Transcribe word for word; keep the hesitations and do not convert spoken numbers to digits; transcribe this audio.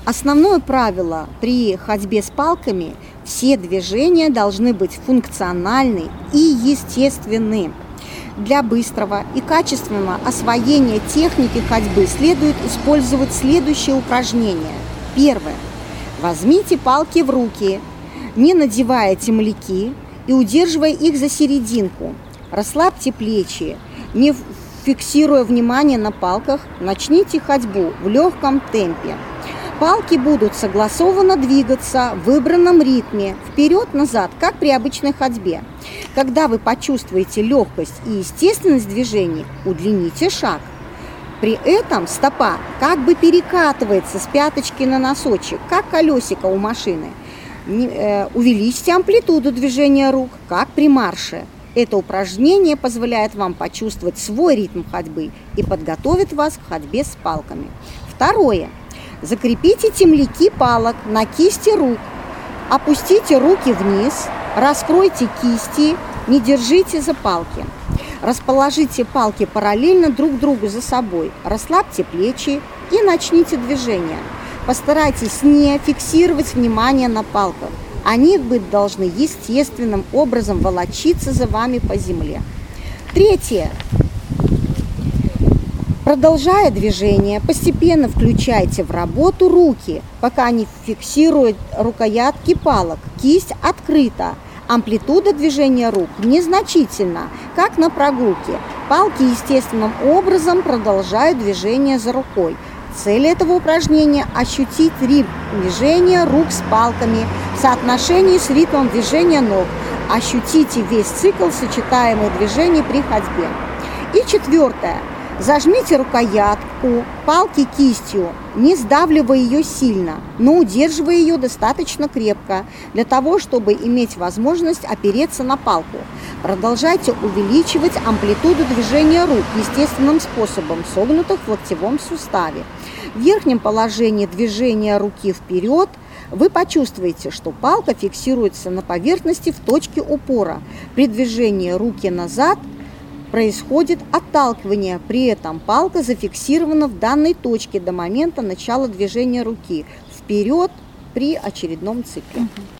Основное правило при ходьбе с палками – все движения должны быть функциональны и естественны. Для быстрого и качественного освоения техники ходьбы следует использовать следующие упражнения. Первое. Возьмите палки в руки, не надевая темляки и удерживая их за серединку. Расслабьте плечи, не фиксируя внимание на палках, начните ходьбу в легком темпе. Палки будут согласованно двигаться в выбранном ритме, вперед-назад, как при обычной ходьбе. Когда вы почувствуете легкость и естественность движений, удлините шаг. При этом стопа как бы перекатывается с пяточки на носочек, как колесико у машины. Увеличьте амплитуду движения рук, как при марше. Это упражнение позволяет вам почувствовать свой ритм ходьбы и подготовит вас к ходьбе с палками. Второе. Закрепите темляки палок на кисти рук. Опустите руки вниз, раскройте кисти, не держите за палки. Расположите палки параллельно друг другу за собой. Расслабьте плечи и начните движение. Постарайтесь не фиксировать внимание на палках. Они быть должны естественным образом волочиться за вами по земле. Третье. Продолжая движение, постепенно включайте в работу руки, пока они фиксируют рукоятки палок. Кисть открыта. Амплитуда движения рук незначительна, как на прогулке. Палки естественным образом продолжают движение за рукой. Цель этого упражнения – ощутить ритм движения рук с палками в соотношении с ритмом движения ног. Ощутите весь цикл сочетаемых движений при ходьбе. И четвертое. Зажмите рукоятку палки кистью, не сдавливая ее сильно, но удерживая ее достаточно крепко, для того, чтобы иметь возможность опереться на палку. Продолжайте увеличивать амплитуду движения рук естественным способом, согнутых в локтевом суставе. В верхнем положении движения руки вперед вы почувствуете, что палка фиксируется на поверхности в точке упора. При движении руки назад происходит отталкивание, при этом палка зафиксирована в данной точке до момента начала движения руки вперед при очередном цикле.